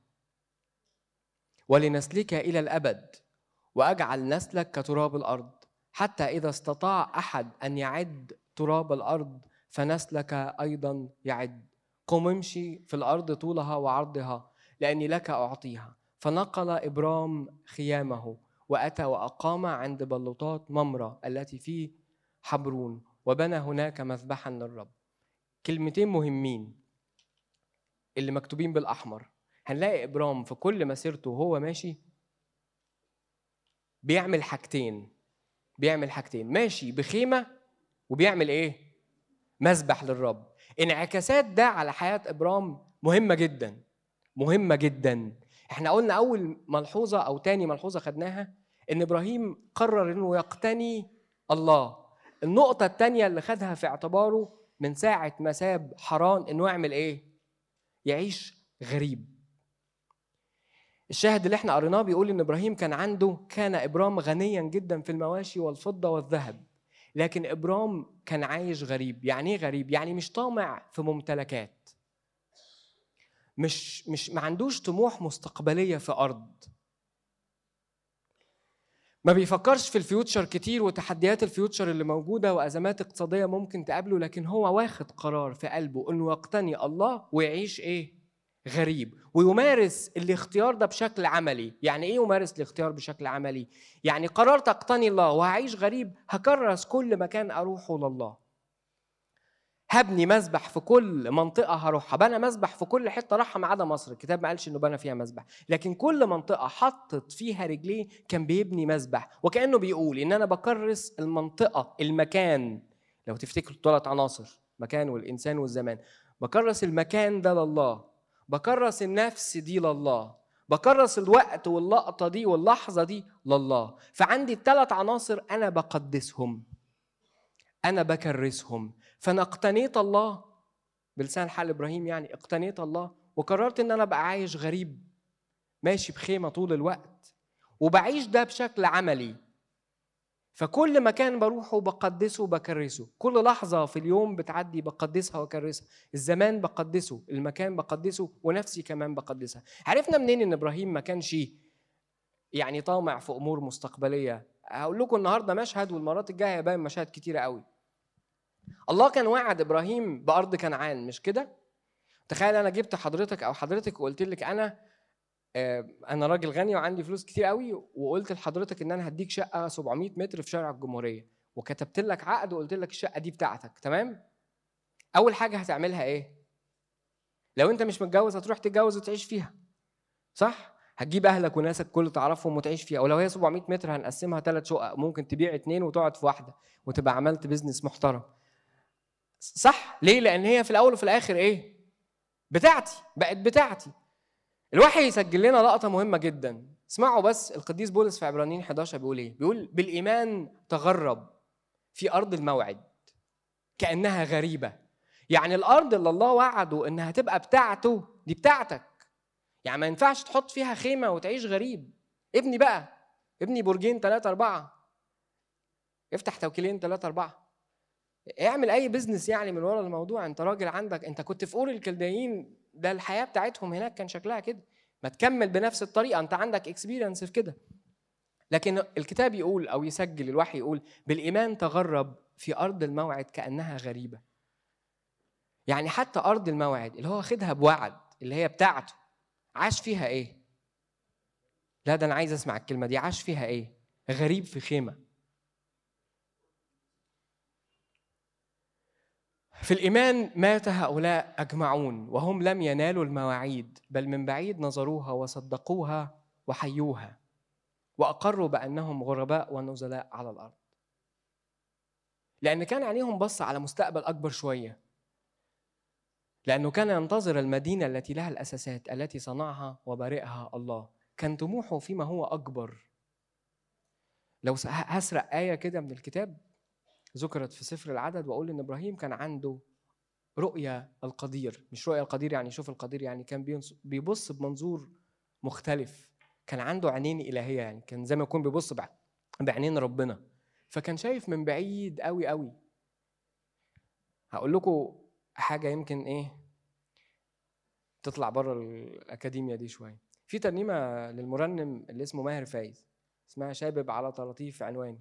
ولنسلك إلى الأبد، وأجعل نسلك كتراب الأرض، حتى إذا استطاع أحد أن يعد تراب الأرض فنسلك أيضا يعد. قم امشي في الأرض طولها وعرضها، لأني لك أعطيها. فنقل إبرام خيامه وأتى وأقام عند بلوطات ممرة التي في حبرون، وبنى هناك مذبحا للرب. كلمتين مهمين اللي مكتوبين بالأحمر. هنلاقي إبرام في كل مسيرته وهو ماشي بيعمل حاجتين، ماشي بخيمة وبيعمل إيه؟ مذبح للرب. انعكاسات ده على حياة إبرام مهمة جدا. احنا قلنا أول ملحوظة أو تاني ملحوظة خدناها إن إبراهيم قرر إنه يقتني الله. النقطة التانية اللي خدها في اعتباره من ساعة ما ساب حران إنه يعمل إيه؟ يعيش غريب. الشاهد اللي احنا قريناه بيقول إن إبراهيم كان إبرام غنيا جدا في المواشي والفضة والذهب. لكن إبرام كان عايش غريب. يعني ايه غريب؟ يعني مش طامع في ممتلكات، مش ما عندوش طموح مستقبلية في أرض، ما بيفكرش في الفيوتشر كتير وتحديات الفيوتشر اللي موجودة وأزمات اقتصادية ممكن تقابله، لكن هو واخد قرار في قلبه إنه يقتني الله ويعيش غريب، ويمارس الاختيار ده بشكل عملي. يعني إيه يمارس الاختيار بشكل عملي؟ يعني قررت أقتني الله وهعيش غريب، هكرس كل مكان أروحه لله، هبني مسبح في كل منطقة هروحها. بنى مسبح في كل حتة راحها ما عدا مصر، الكتاب ما قالش إنه بنى فيها مسبح، لكن كل منطقة حطت فيها رجليه كان بيبني مسبح، وكأنه بيقول إن أنا بكرس المنطقة، المكان. لو تفتكروا 3 عناصر، مكان والإنسان والزمان، بكرس المكان ده لله، بكرس النفس دي لله، بكرس الوقت واللقطة دي واللحظة دي لله. فعندي ال3 عناصر أنا بقدسهم، أنا بكرسهم. فأنا اقتنيت الله بلسان حال إبراهيم، يعني اقتنيت الله وقررت إن أنا أبقى عايش غريب، ماشي بخيمة طول الوقت، وبعيش ده بشكل عملي. فكل مكان بروحه بقدسه وبكرسه، كل لحظة في اليوم بتعدي بقدسها وكرسها، الزمان بقدسه، المكان بقدسه، ونفسي كمان بقدسها. عرفنا منين إن إبراهيم ما كانش يعني طامع في أمور مستقبلية؟ هقول لكم النهاردة مشهد، والمرات الجاية هيبان مشاهد كتيرة قوي. الله كان وعد إبراهيم بأرض كنعان، مش كده؟ تخيل أنا جبت حضرتك أو حضرتك وقلت لك أنا راجل غني وعندي فلوس كتير قوي، وقلت لحضرتك إن أنا هديك شقة 700 متر في شارع الجمهورية، وكتبت لك عقد وقلت لك الشقة دي بتاعتك، تمام؟ أول حاجة هتعملها إيه؟ لو أنت مش متجوز هتروح تتجوز وتعيش فيها، صح؟ هتجيب أهلك وناسك كل تعرفهم وتعيش فيها. ولو هي 700 متر هنقسمها 3 شقق، ممكن تبيع 2 وتقعد في واحدة وتبقى عملت بيزنس محترم، صح؟ ليه؟ لأن هي في الأول وفي الآخر بتاعتي، بقت بتاعتي. الوحي يسجل لنا لقطة مهمة جدا، اسمعوا بس. القديس بولس في عبرانيين 11 بيقول ايه؟ بيقول بالإيمان تغرب في أرض الموعد كأنها غريبة. يعني الأرض اللي الله وعده إنها تبقى بتاعته دي بتاعتك، يعني ما ينفعش تحط فيها خيمة وتعيش غريب. ابني بقى، ابني برجين 3 4، افتح توكيلين 3 4، اعمل أي بيزنس يعني من ورا الموضوع. أنت راجل عندك، أنت كنت في أور الكلدانيين، ده الحياة بتاعتهم هناك كان شكلها كده، ما تكمل بنفس الطريقة، أنت عندك اكسبيرينس في كده. لكن الكتاب يقول أو يسجل الوحي يقول بالإيمان تغرب في أرض الموعد كأنها غريبة. يعني حتى أرض الموعد اللي هو خدها بوعد، اللي هي بتاعته، عاش فيها لا ده أنا عايز أسمع الكلمة دي، عاش فيها غريب في خيمة. في الإيمان مات هؤلاء أجمعون وهم لم ينالوا المواعيد، بل من بعيد نظروها وصدقوها وحيوها وأقروا بأنهم غرباء ونزلاء على الأرض. لأن كان عينيهم بص على مستقبل أكبر شوية، لأنه كان ينتظر المدينة التي لها الأساسات التي صنعها وبارئها الله. كان طموحه فيما هو أكبر. لو هسرق آية كده من الكتاب ذكرت في سفر العدد، وأقول إن إبراهيم كان عنده رؤية القدير. مش رؤية القدير يعني شوف القدير، يعني كان بيبص بمنظور مختلف. كان عنده عينين إلهية، يعني كان زي ما يكون بيبص بعينين ربنا، فكان شايف من بعيد قوي قوي. هقول لكم حاجة يمكن تطلع بره الأكاديمية دي شوية. في ترنيمة للمرنم اللي اسمه ماهر فايز اسمها شابب على طراطيف عنواني.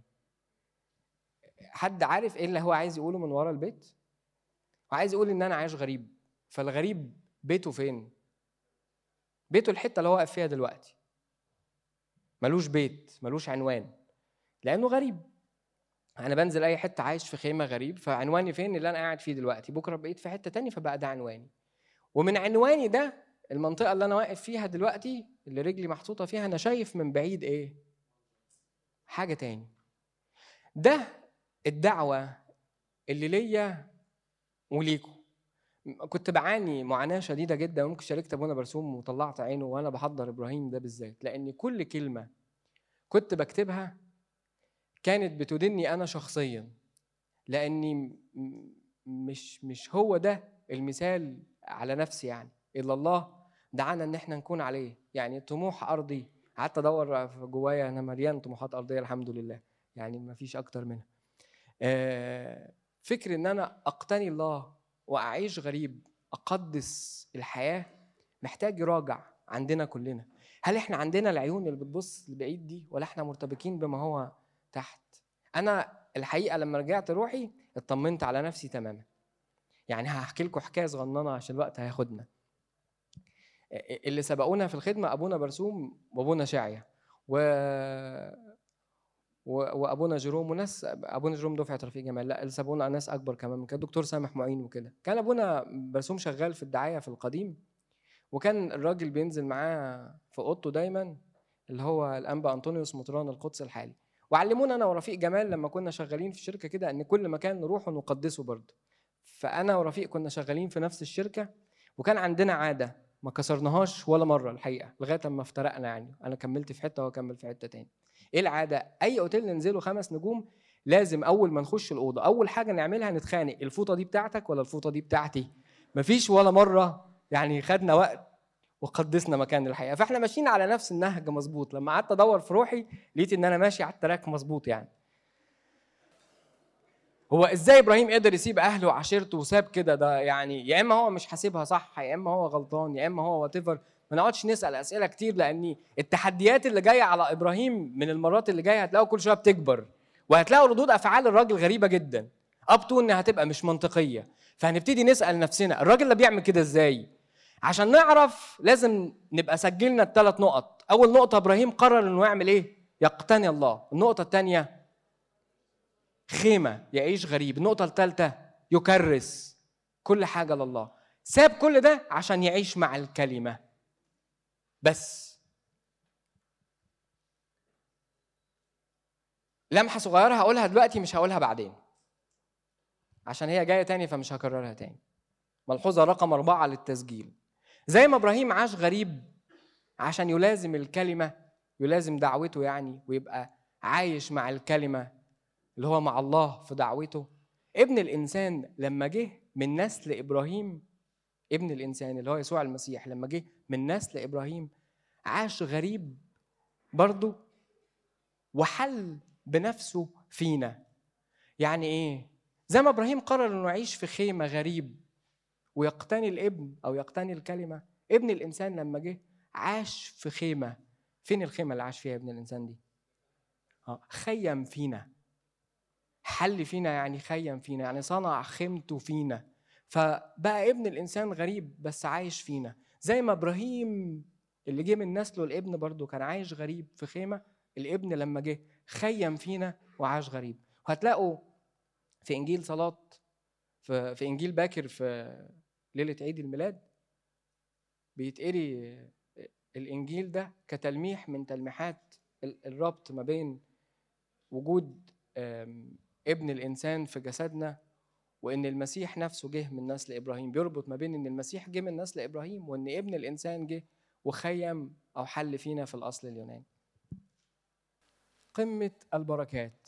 حد عارف ايه اللي هو عايز يقوله من ورا البيت؟ وعايز يقول ان انا عايش غريب. فالغريب بيته فين؟ بيته الحتة اللي هو واقف فيها دلوقتي، ملوش بيت، ملوش عنوان، لانه غريب. انا بنزل اي حتة عايش في خيمة غريب، فعنواني فين؟ اللي انا قاعد فيه دلوقتي. بكرة بقيت في حتة تاني فبقى ده عنواني، ومن عنواني ده المنطقة اللي انا واقف فيها دلوقتي اللي رجلي محطوطة فيها انا شايف من بعيد حاجة تاني. ده الدعوة اللي ليا وليكم. كنت بعاني معاناة شديدة جدا، ممكن شاركت ابونا برسوم وطلعت عينه وانا بحضر ابراهيم ده بالذات، لان كل كلمة كنت بكتبها كانت بتدني انا شخصيا، لاني مش هو ده المثال على نفسي يعني الا الله دعانا ان احنا نكون عليه. يعني طموح ارضي، قعدت ادور في جوايا، انا مليان طموحات ارضيه الحمد لله، يعني ما فيش اكتر منها. فكر ان انا اقتني الله واعيش غريب، اقدس الحياه، محتاج يراجع عندنا كلنا. هل احنا عندنا العيون اللي بتبص لبعيد دي، ولا احنا مرتبكين بما هو تحت؟ انا الحقيقه لما رجعت روحي اطمنت على نفسي تماما. يعني هحكي لكم حكايه صغننه عشان الوقت هياخدنا. اللي سبقونا في الخدمه ابونا برسوم وابونا شاعيه وابونا جيروم وناس. ابونا جيروم دفعه رفيق جمال، لا اللي سبقونا ناس اكبر كمان، كان الدكتور سامح معين وكده. كان ابونا برسوم شغال في الدعايه في القديم، وكان الراجل بينزل معاه في اوضته دايما اللي هو الانبا انطونيوس مطران القدس الحالي. وعلمونا انا ورفيق جمال لما كنا شغالين في شركه كده ان كل مكان نروحه نقدسه برضه. فانا ورفيق كنا شغالين في نفس الشركه، وكان عندنا عاده ما كسرناهاش ولا مره الحقيقه لغايه اما افترقنا. يعني انا كملت في حته وهو كمل في حته تاني. ايه العاده؟ اي اوتيل ننزله 5 نجوم لازم اول ما نخش الاوضه اول حاجه نعملها نتخانق، الفوطه دي بتاعتك ولا الفوطه دي بتاعتي؟ مفيش ولا مره يعني خدنا وقت وقدسنا مكان الحقيقه. فاحنا ماشيين على نفس النهج مظبوط. لما قعدت ادور في روحي لقيت ان انا ماشي على التراك مظبوط. يعني هو ازاي ابراهيم قدر يسيب اهله وعشيرته وساب كده؟ ده يعني يا اما هو مش حاسبها صح، يا اما هو غلطان، يا اما هو واتيفر. ما نقعدش نسال اسئله كتير، لان التحديات اللي جايه على ابراهيم من المرات اللي جايه هتلاقوا كل شويه بتكبر، وهتلاقوا ردود افعال الراجل غريبه جدا اب تو انها هتبقى مش منطقيه. فهنبتدي نسال نفسنا الراجل اللي بيعمل كده ازاي؟ عشان نعرف لازم نبقى سجلنا ال3 نقط. اول نقطه ابراهيم قرر انه يعمل ايه؟ يقتني الله. النقطه الثانيه خيمة يعيش غريب. النقطة الثالثة يكرس كل حاجة لله. ساب كل ده عشان يعيش مع الكلمة بس. لمحة صغيرة هقولها دلوقتي مش هقولها بعدين عشان هي جاية تاني فمش هكررها تاني. ملحوظة رقم 4 للتسجيل. زي ما إبراهيم عاش غريب عشان يلازم الكلمة، يلازم دعوته يعني، ويبقى عايش مع الكلمة اللي هو مع الله في دعوته، ابن الإنسان لما جه من نسل إبراهيم، ابن الإنسان اللي هو يسوع المسيح لما جه من نسل إبراهيم عاش غريب برضو وحل بنفسه فينا. يعني إيه؟ زي ما إبراهيم قرر إنه يعيش في خيمة غريب ويقتني الابن أو يقتني الكلمة، ابن الإنسان لما جه عاش في خيمة. فين الخيمة اللي عاش فيها ابن الإنسان دي؟ خيم فينا، حل فينا، يعني خيم فينا، يعني صنع خيمته فينا. فبقى ابن الإنسان غريب بس عايش فينا. زي ما إبراهيم اللي جه من نسله الابن برضو كان عايش غريب في خيمة، الابن لما جه خيم فينا وعاش غريب. وهتلاقوا في إنجيل صلاة في إنجيل باكر في ليلة عيد الميلاد بيتقري الإنجيل ده كتلميح من تلميحات الربط ما بين وجود ابن الإنسان في جسدنا وإن المسيح نفسه جه من نسل إبراهيم. بيربط ما بين إن المسيح جه من نسل إبراهيم وإن ابن الإنسان جه وخيم أو حل فينا في الأصل اليوناني. قمة البركات.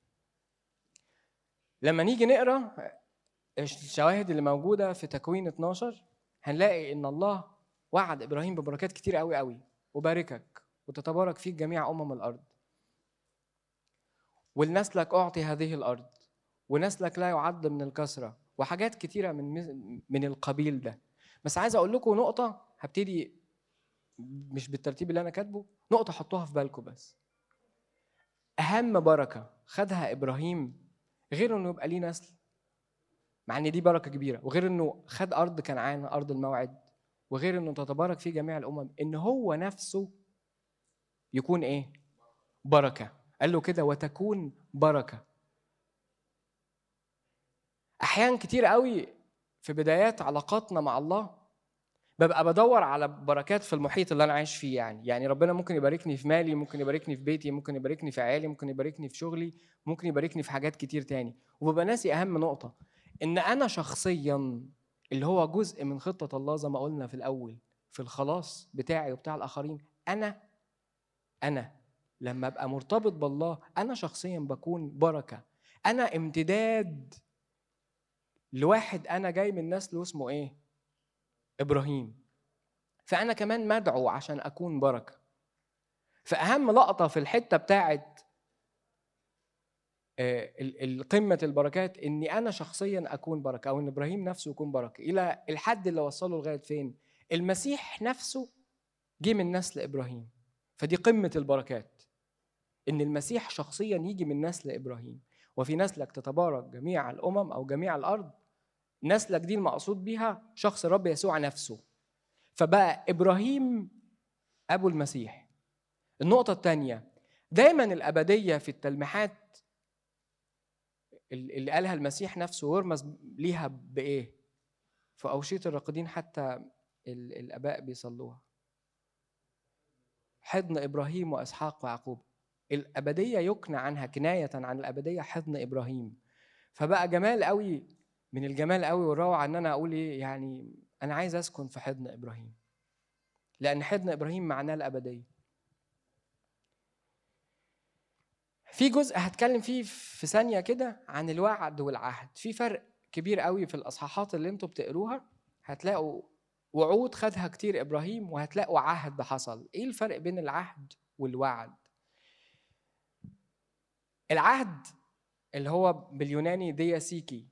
لما نيجي نقرأ الشواهد اللي موجودة في تكوين 12 هنلاقي إن الله وعد إبراهيم ببركات كتير قوي قوي، وباركك وتتبارك فيك جميع الأرض، ولنسلك أعطي هذه الأرض، ونسلك لا يعد من الكثرة، وحاجات كتيرة من القبيل ده. بس عايز أقول لكم نقطة، هبتدي مش بالترتيب اللي أنا كاتبه، نقطة حطوها في بالكم بس. أهم بركة خدها إبراهيم غير إنه يبقى ليه نسل، مع إن دي بركة كبيرة، وغير إنه خد أرض كنعان أرض الموعد، وغير إنه تتبارك فيه جميع الأمم، إن هو نفسه يكون إيه؟ بركة. قال له كده وتكون بركة. أحيان كتير قوي في بدايات علاقاتنا مع الله ببقى بدور على بركات في المحيط اللي أنا عايش فيه. يعني ربنا ممكن يباركني في مالي، ممكن يباركني في بيتي، ممكن يباركني في عيالي، ممكن يباركني في شغلي، ممكن يباركني في حاجات كتير تاني، وببقى ناسي أهم نقطة، إن أنا شخصياً اللي هو جزء من خطة الله زي ما قلنا في الأول في الخلاص بتاعي وبتاع الآخرين. أنا لما أبقى مرتبط بالله أنا شخصياً بكون بركة. أنا امتداد لواحد أنا جاي من نسله اسمه إيه؟ إبراهيم. فأنا كمان مدعو عشان أكون بركة. فأهم لقطة في الحتة بتاعت قمة البركات إني أنا شخصيا أكون بركة، أو إن إبراهيم نفسه يكون بركة. إلى الحد اللي وصله لغاية فين؟ المسيح نفسه جه من نسل إبراهيم. فدي قمة البركات، إن المسيح شخصيا يجي من نسل إبراهيم. وفي نسلك تتبارك جميع الأمم أو جميع الأرض. نسلك دي المقصود بيها شخص الرب يسوع نفسه. فبقى إبراهيم أبو المسيح. النقطة الثانية، دايما الأبدية في التلميحات اللي قالها المسيح نفسه ويرمز ليها بإيه؟ في أوشية الراقدين حتى الآباء بيصلوها، حضن إبراهيم وإسحاق ويعقوب. الأبدية يكنى عنها كناية عن الأبدية حضن إبراهيم. فبقى جمال قوي، من الجمال قوي والروعة ان انا اقول ايه، يعني انا عايز اسكن في حضن ابراهيم، لان حضن ابراهيم معناه الابديه. في جزء هتكلم فيه في ثانيه كده عن الوعد والعهد. في فرق كبير قوي في الاصحاحات اللي انتوا بتقروها، هتلاقوا وعود خدها كتير ابراهيم، وهتلاقوا عهد حصل. ايه الفرق بين العهد والوعد؟ العهد اللي هو باليوناني دياسيكي،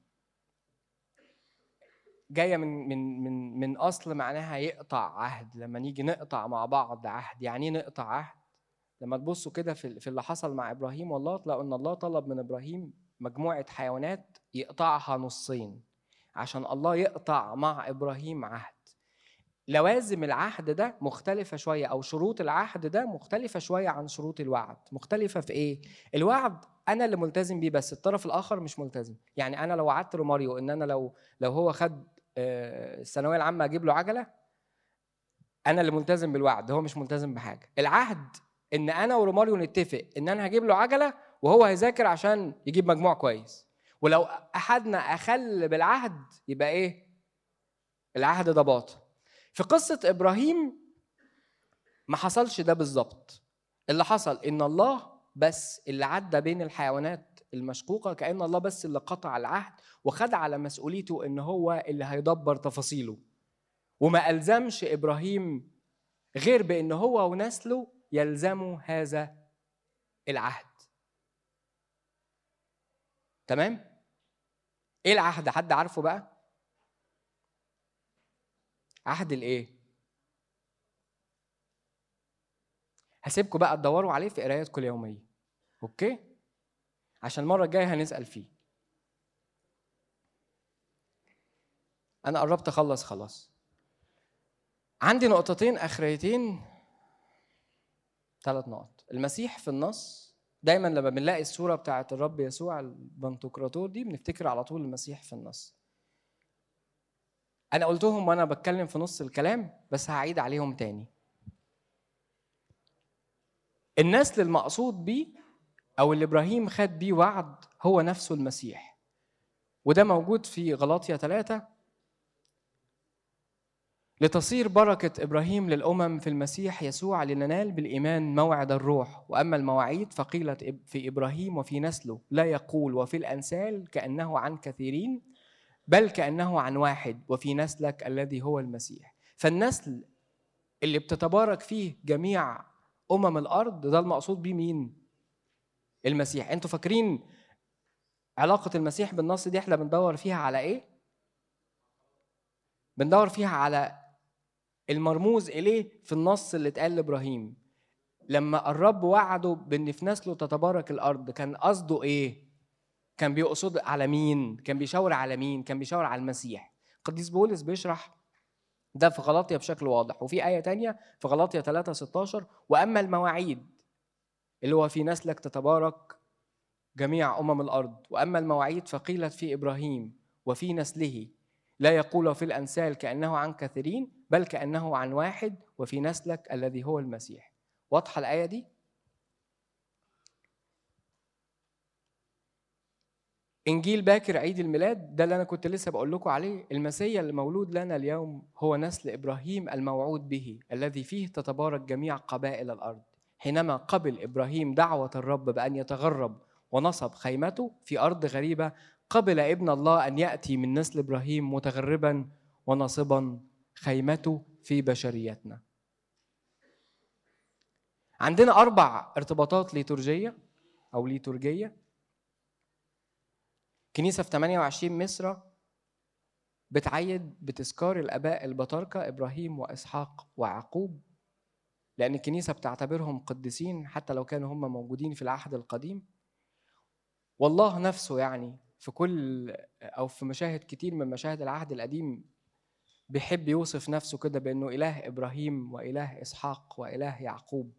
جايه من اصل معناها يقطع عهد. لما نيجي نقطع مع بعض عهد، يعني نقطع عهد. لما تبصوا كده في اللي حصل مع ابراهيم والله، تلاقوا ان الله طلب من ابراهيم مجموعه حيوانات يقطعها نصين عشان الله يقطع مع ابراهيم عهد. لوازم العهد ده مختلفه شويه، او شروط العهد ده مختلفه شويه عن شروط الوعد. مختلفه في ايه؟ الوعد انا اللي ملتزم بيه، بس الطرف الاخر مش ملتزم. يعني انا لو وعدت روماريو ان انا لو هو خد الثانويه العامه اجيب له عجله، انا اللي ملتزم بالوعد، هو مش ملتزم بحاجه. العهد ان انا وروماريو نتفق ان انا هجيب له عجله وهو هيذاكر عشان يجيب مجموع كويس. ولو احدنا اخل بالعهد يبقى ايه؟ العهد ده باطل. في قصه ابراهيم ما حصلش ده بالظبط. اللي حصل ان الله بس اللي عدى بين الحيوانات المشقوقه، كأن الله بس اللي قطع العهد وخد على مسؤوليته ان هو اللي هيدبر تفاصيله، وما ألزمش إبراهيم غير بأن هو ونسله يلزموا هذا العهد. تمام؟ إيه العهد؟ حد عارفه بقى؟ عهد الإيه؟ هسيبكم بقى تدوروا عليه في قراياتكم اليومية، أوكي؟ عشان المرة الجاية هنسأل فيه. أنا قربت أخلص خلاص. عندي نقطتين أخريتين، 3 نقط. المسيح في النص، دايما لما بنلاقي الصورة بتاعت الرب يسوع البنتوكراتور دي بنفتكر على طول المسيح في النص. أنا قلتهم وأنا بتكلم في نص الكلام، بس هعيد عليهم تاني. النسل المقصود بيه أو اللي إبراهيم خد بيه وعد هو نفسه المسيح، وده موجود في غلاطيا 3. لتصير بركة إبراهيم للأمم في المسيح يسوع لننال بالإيمان موعد الروح. وأما المواعيد فقيلت في إبراهيم وفي نسله، لا يقول وفي الأنسال كأنه عن كثيرين، بل كأنه عن واحد وفي نسلك الذي هو المسيح. فالنسل اللي بتتبارك فيه جميع الأرض ده المقصود بيه مين؟ المسيح. انتوا فاكرين علاقة المسيح بالنص دي احنا بندور فيها على ايه؟ بندور فيها على المرموز اليه في النص اللي اتقال لابراهيم لما الرب وعده بان في نسله تتبارك الارض. كان قصده ايه؟ كان بيقصد على مين؟ كان بيشاور على مين؟ كان بيشاور على المسيح. قديس بولس بيشرح ده في غلاطيا بشكل واضح، وفي آية تانية في غلاطيا 3:16: وأما المواعيد اللي هو في نسلك تتبارك جميع الأرض. وأما المواعيد فقيلت في إبراهيم وفي نسله، لا يقول في الأنسال كأنه عن كثيرين، بل كأنه عن واحد وفي نسلك الذي هو المسيح. واضحة الآية دي؟ إنجيل باكر عيد الميلاد ده اللي أنا كنت لسه بقول لكم عليه. المسيح اللي مولود لنا اليوم هو نسل إبراهيم الموعود به، الذي فيه تتبارك جميع قبائل الأرض. حينما قبل إبراهيم دعوة الرب بأن يتغرب ونصب خيمته في أرض غريبة، قبل ابن الله أن يأتي من نسل إبراهيم متغربا ونصبا خيمته في بشريتنا. عندنا 4 ارتباطات ليتورجية أو ليتورجية. كنيسة في 28 مصر بتعيد بتذكار الآباء البطاركة إبراهيم وإسحاق ويعقوب، لأن الكنيسة بتعتبرهم قديسين حتى لو كانوا هم موجودين في العهد القديم. والله نفسه يعني في كل أو في مشاهد كتير من مشاهد العهد القديم بيحب يوصف نفسه كده بأنه إله إبراهيم وإله إسحاق وإله يعقوب.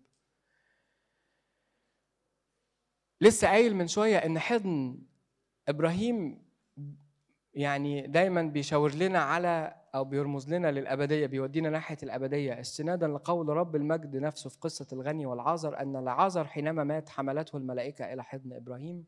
لسه قايل من شوية إن حضن إبراهيم يعني دايما بيشاور لنا على أو بيرمز لنا للأبدية، بيودينا ناحية الأبدية، استنادا لقول رب المجد نفسه في قصة الغني والعازر أن العازر حينما مات حملته الملائكة إلى حضن إبراهيم.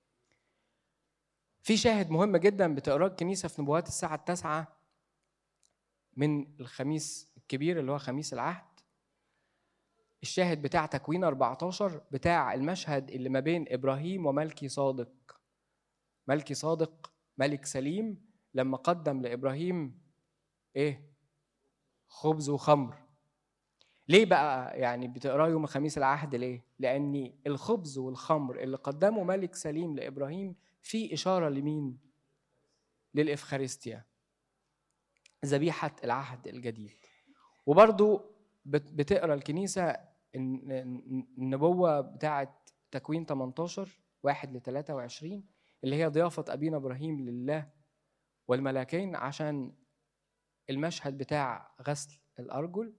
في شاهد مهم جدا بتقرأ الكنيسة في نبوات الساعة 9 من الخميس الكبير اللي هو خميس العهد، الشاهد بتاع تكوين 14 بتاع المشهد اللي ما بين إبراهيم وملكي صادق. ملكي صادق ملك سليم لما قدم لإبراهيم إيه؟ خبز وخمر. ليه بقى يعني بتقرأ يوم خميس العهد ليه؟ لأن الخبز والخمر اللي قدمه ملك سليم لإبراهيم في إشارة لمين؟ للإفخارستيا، ذبيحة العهد الجديد. وبرضو بتقرأ الكنيسة النبوة بتاعة تكوين 18 1-23 اللي هي ضيافة أبينا إبراهيم لله والملاكين عشان المشهد بتاع غسل الأرجل.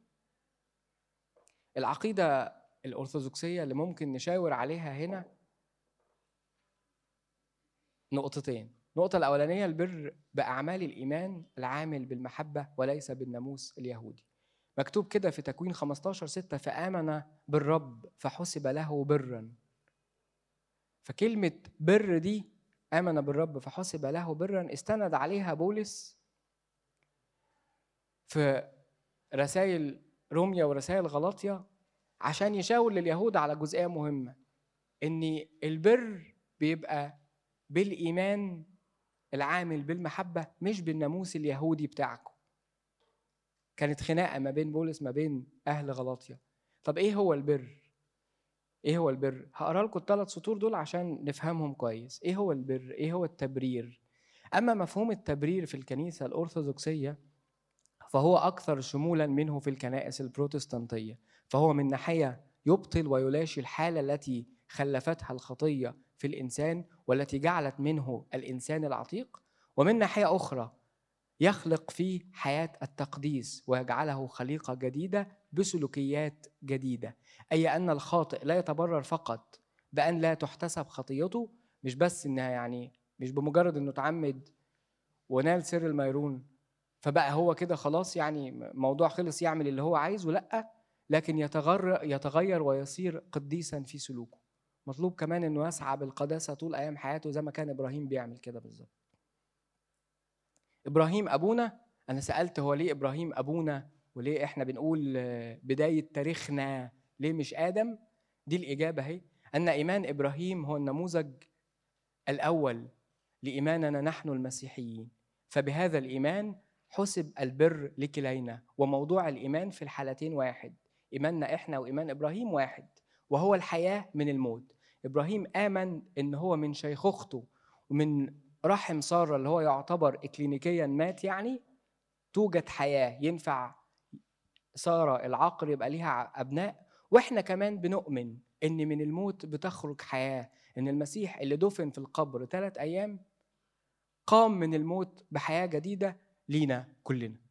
العقيدة الأرثوذكسية اللي ممكن نشاور عليها هنا نقطتين. النقطة الأولانية البر بأعمال الإيمان العامل بالمحبة وليس بالناموس اليهودي. مكتوب كده في تكوين 15:6 فآمن بالرب فحسب له برا. فكلمة بر دي آمن بالرب فحسب له برا استند عليها بولس في رسائل روميا ورسائل غلاطيا عشان يشاور لليهود على جزئية مهمة، إن البر بيبقى بالإيمان العامل بالمحبة مش بالناموس اليهودي بتاعكم. كانت خناقة ما بين بولس ما بين أهل غلاطيا. طب إيه هو البر؟ إيه هو البر؟ هقرأ لكم ال3 سطور دول عشان نفهمهم كويس. إيه هو البر؟ إيه هو التبرير؟ أما مفهوم التبرير في الكنيسة الأرثوذكسية فهو أكثر شمولاً منه في الكنائس البروتستانتية، فهو من ناحية يبطل ويلاشي الحالة التي خلفتها الخطية في الإنسان والتي جعلت منه الإنسان العتيق، ومن ناحية أخرى يخلق فيه حياة التقديس ويجعله خليقة جديدة بسلوكيات جديدة. أي أن الخاطئ لا يتبرر فقط بأن لا تحتسب خطيته، مش بس إنها يعني مش بمجرد إنه تعمد ونال سر الميرون فبقى هو كده خلاص يعني موضوع خلص يعمل اللي هو عايزه، لأ، لكن يتغير ويصير قديسا في سلوكه. مطلوب كمان إنه يسعى بالقداسة طول أيام حياته زي ما كان إبراهيم بيعمل كده بالظبط. إبراهيم أبونا، أنا سألت هو ليه إبراهيم أبونا وليه إحنا بنقول بداية تاريخنا ليه مش آدم؟ دي الإجابة هي أن إيمان إبراهيم هو النموذج الأول لإيماننا نحن المسيحيين، فبهذا الإيمان حسب البر لكلينا. وموضوع الإيمان في الحالتين واحد، إيماننا إحنا وإيمان إبراهيم واحد، وهو الحياة من الموت. إبراهيم آمن إن هو من شيخوخته ومن رحم سارة اللي هو يعتبر إكلينيكيا مات يعني توجد حياة، ينفع سارة العاقر يبقى ليها أبناء. وإحنا كمان بنؤمن إن من الموت بتخرج حياة، إن المسيح اللي دفن في القبر 3 أيام قام من الموت بحياة جديدة لينا كلنا.